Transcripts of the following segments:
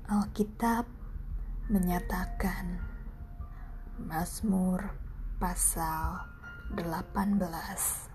Alkitab menyatakan, Mazmur pasal 18,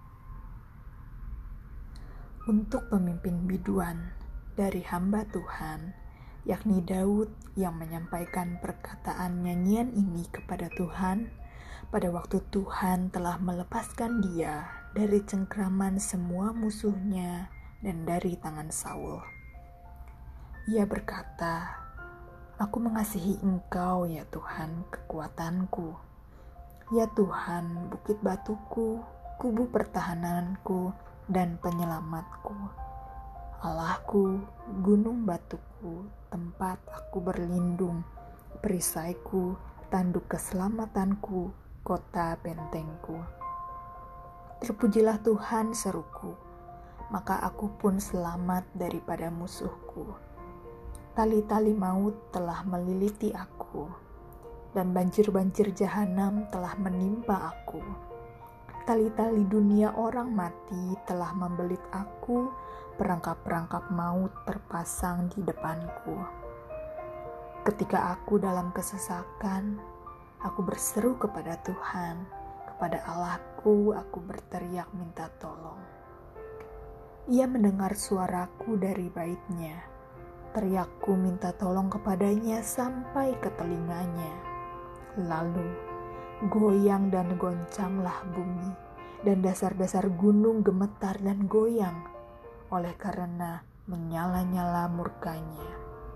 untuk pemimpin biduan dari hamba Tuhan, yakni Daud yang menyampaikan perkataan nyanyian ini kepada Tuhan pada waktu Tuhan telah melepaskan dia dari cengkraman semua musuhnya dan dari tangan Saul. Ia berkata, "Aku mengasihi Engkau ya Tuhan, kekuatanku. Ya Tuhan, bukit batuku, kubu pertahananku dan penyelamatku. Allahku, gunung batuku, tempat aku berlindung, perisaiku, tanduk keselamatanku, kota bentengku. Terpujilah Tuhan, seruku, maka aku pun selamat daripada musuhku. Tali-tali maut telah meliliti aku, dan banjir-banjir jahanam telah menimpa aku. Tali-tali dunia orang mati telah membelit aku, perangkap-perangkap maut terpasang di depanku. Ketika aku dalam kesesakan, aku berseru kepada Tuhan, kepada Allahku aku berteriak minta tolong. Ia mendengar suaraku dari baitnya. Teriakku minta tolong kepadanya sampai ke telinganya. Lalu goyang dan goncanglah bumi, dan dasar-dasar gunung gemetar dan goyang, oleh karena menyala-nyala murkanya.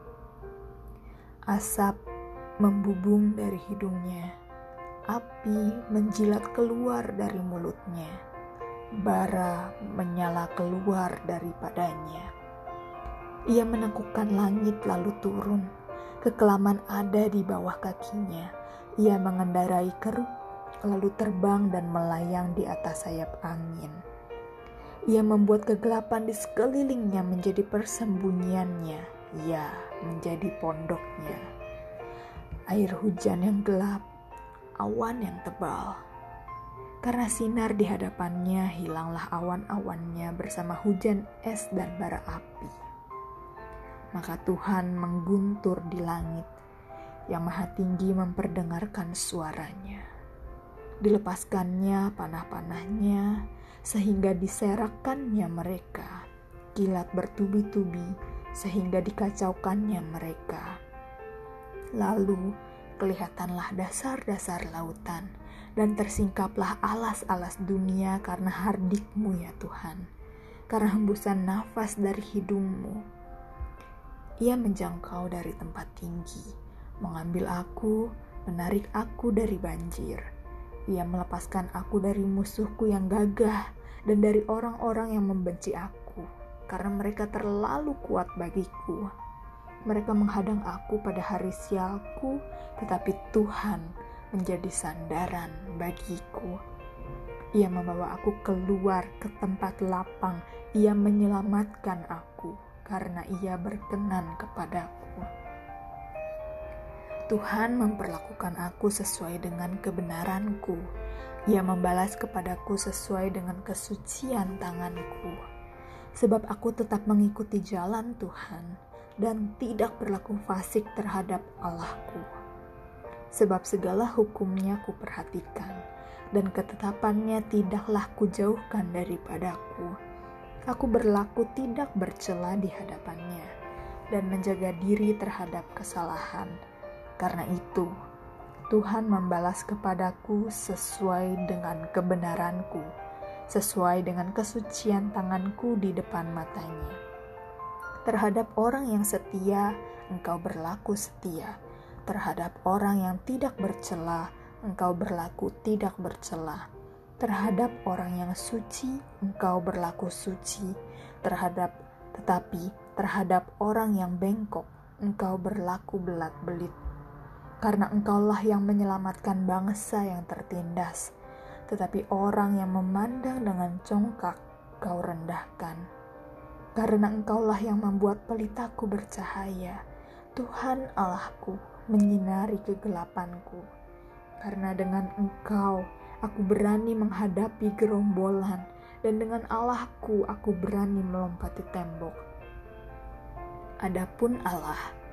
Asap membubung dari hidungnya, api menjilat keluar dari mulutnya, bara menyala keluar daripadanya. Ia menekukkan langit lalu turun, kekelaman ada di bawah kakinya. Ia mengendarai keruk, lalu terbang dan melayang di atas sayap angin. Ia membuat kegelapan di sekelilingnya menjadi persembunyiannya, ya, menjadi pondoknya. Air hujan yang gelap, awan yang tebal. Karena sinar di hadapannya, hilanglah awan-awannya bersama hujan es dan bara api. Maka Tuhan mengguntur di langit, yang maha tinggi memperdengarkan suaranya. Dilepaskannya panah-panahnya, sehingga diserakkannya mereka. Kilat bertubi-tubi, sehingga dikacaukannya mereka. Lalu kelihatanlah dasar-dasar lautan, dan tersingkaplah alas-alas dunia karena hardik-Mu ya Tuhan, karena hembusan nafas dari hidung-Mu. Ia menjangkau dari tempat tinggi, mengambil aku, menarik aku dari banjir. Ia melepaskan aku dari musuhku yang gagah dan dari orang-orang yang membenci aku, karena mereka terlalu kuat bagiku. Mereka menghadang aku pada hari sialku, tetapi Tuhan menjadi sandaran bagiku. Ia membawa aku keluar ke tempat lapang, Ia menyelamatkan aku, karena Ia berkenan kepadaku. Tuhan memperlakukan aku sesuai dengan kebenaranku. Ia membalas kepadaku sesuai dengan kesucian tanganku. Sebab aku tetap mengikuti jalan Tuhan dan tidak berlaku fasik terhadap Allahku. Sebab segala hukumnya kuperhatikan dan ketetapannya tidaklah kujauhkan daripadaku. Aku berlaku tidak bercela di hadapannya dan menjaga diri terhadap kesalahan. Karena itu, Tuhan membalas kepadaku sesuai dengan kebenaranku, sesuai dengan kesucian tanganku di depan matanya. Terhadap orang yang setia, Engkau berlaku setia. Terhadap orang yang tidak bercela, Engkau berlaku tidak bercela. Terhadap orang yang suci, Engkau berlaku suci. Tetapi terhadap orang yang bengkok, Engkau berlaku belat-belit. Karena Engkaulah yang menyelamatkan bangsa yang tertindas, tetapi orang yang memandang dengan congkak, Kau rendahkan. Karena Engkaulah yang membuat pelitaku bercahaya, Tuhan Allahku menyinari kegelapanku. Karena dengan Engkau aku berani menghadapi gerombolan, dan dengan Allahku aku berani melompati tembok. Adapun Allah,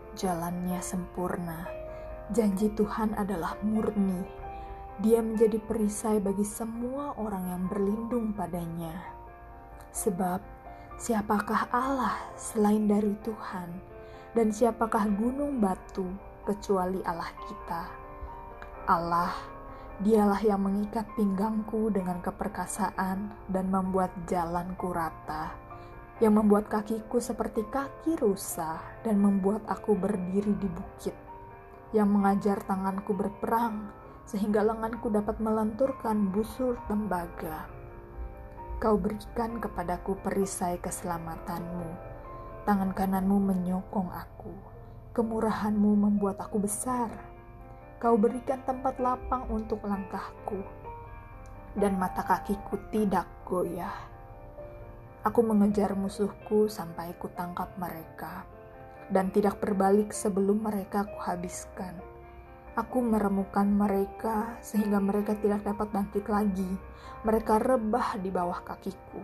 jalannya sempurna. Janji Tuhan adalah murni. Dia menjadi perisai bagi semua orang yang berlindung padanya. Sebab siapakah Allah selain dari Tuhan? Dan siapakah gunung batu kecuali Allah kita? Allah, Dialah yang mengikat pinggangku dengan keperkasaan dan membuat jalanku rata, yang membuat kakiku seperti kaki rusa dan membuat aku berdiri di bukit, yang mengajar tanganku berperang sehingga lenganku dapat melenturkan busur tembaga. Kau berikan kepadaku perisai keselamatanmu, tangan kananmu menyokong aku, kemurahanmu membuat aku besar. Kau berikan tempat lapang untuk langkahku, dan mata kakiku tidak goyah. Aku mengejar musuhku sampai kutangkap mereka, dan tidak berbalik sebelum mereka kuhabiskan. Aku meremukan mereka sehingga mereka tidak dapat bangkit lagi. Mereka rebah di bawah kakiku.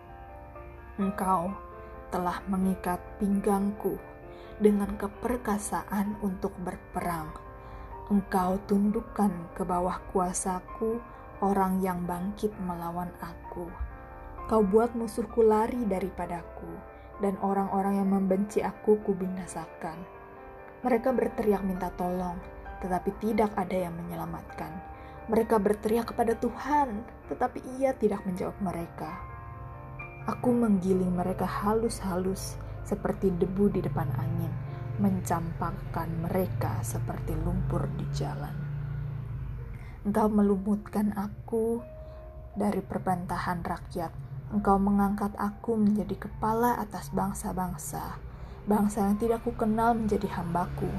Engkau telah mengikat pinggangku dengan keperkasaan untuk berperang. Engkau tundukkan ke bawah kuasaku orang yang bangkit melawan aku. Kau buat musuhku lari daripadaku, dan orang-orang yang membenci aku kubinasakan. Mereka berteriak minta tolong, tetapi tidak ada yang menyelamatkan. Mereka berteriak kepada Tuhan, tetapi Ia tidak menjawab mereka. Aku menggiling mereka halus-halus seperti debu di depan angin, mencampakkan mereka seperti lumpur di jalan. Engkau melumutkan aku dari perbantahan rakyat. Engkau mengangkat aku menjadi kepala atas bangsa-bangsa. Bangsa yang tidak kukenal menjadi hambaku.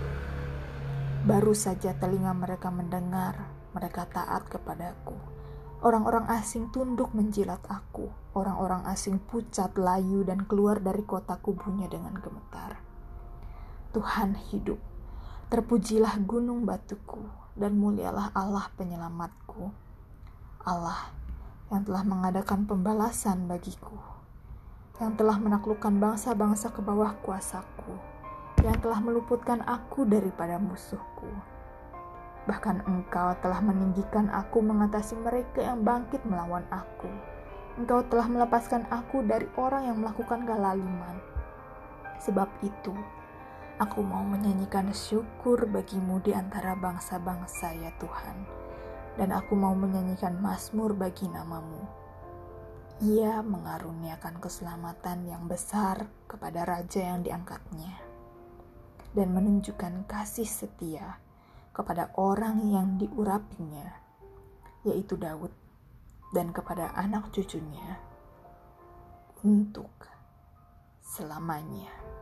Baru saja telinga mereka mendengar, mereka taat kepadaku. Orang-orang asing tunduk menjilat aku. Orang-orang asing pucat, layu, dan keluar dari kotaku bunyi dengan gemetar. Tuhan hidup, terpujilah gunung batuku, dan mulialah Allah penyelamatku. Allah yang telah mengadakan pembalasan bagiku, yang telah menaklukkan bangsa-bangsa ke bawah kuasaku, yang telah meluputkan aku daripada musuhku. Bahkan Engkau telah meninggikan aku mengatasi mereka yang bangkit melawan aku. Engkau telah melepaskan aku dari orang yang melakukan kezaliman. Sebab itu, aku mau menyanyikan syukur bagimu di antara bangsa-bangsa ya Tuhan. Dan aku mau menyanyikan mazmur bagi namamu. Ia mengaruniakan keselamatan yang besar kepada raja yang diangkatnya. Dan menunjukkan kasih setia kepada orang yang diurapinya, yaitu Daud, dan kepada anak cucunya untuk selamanya.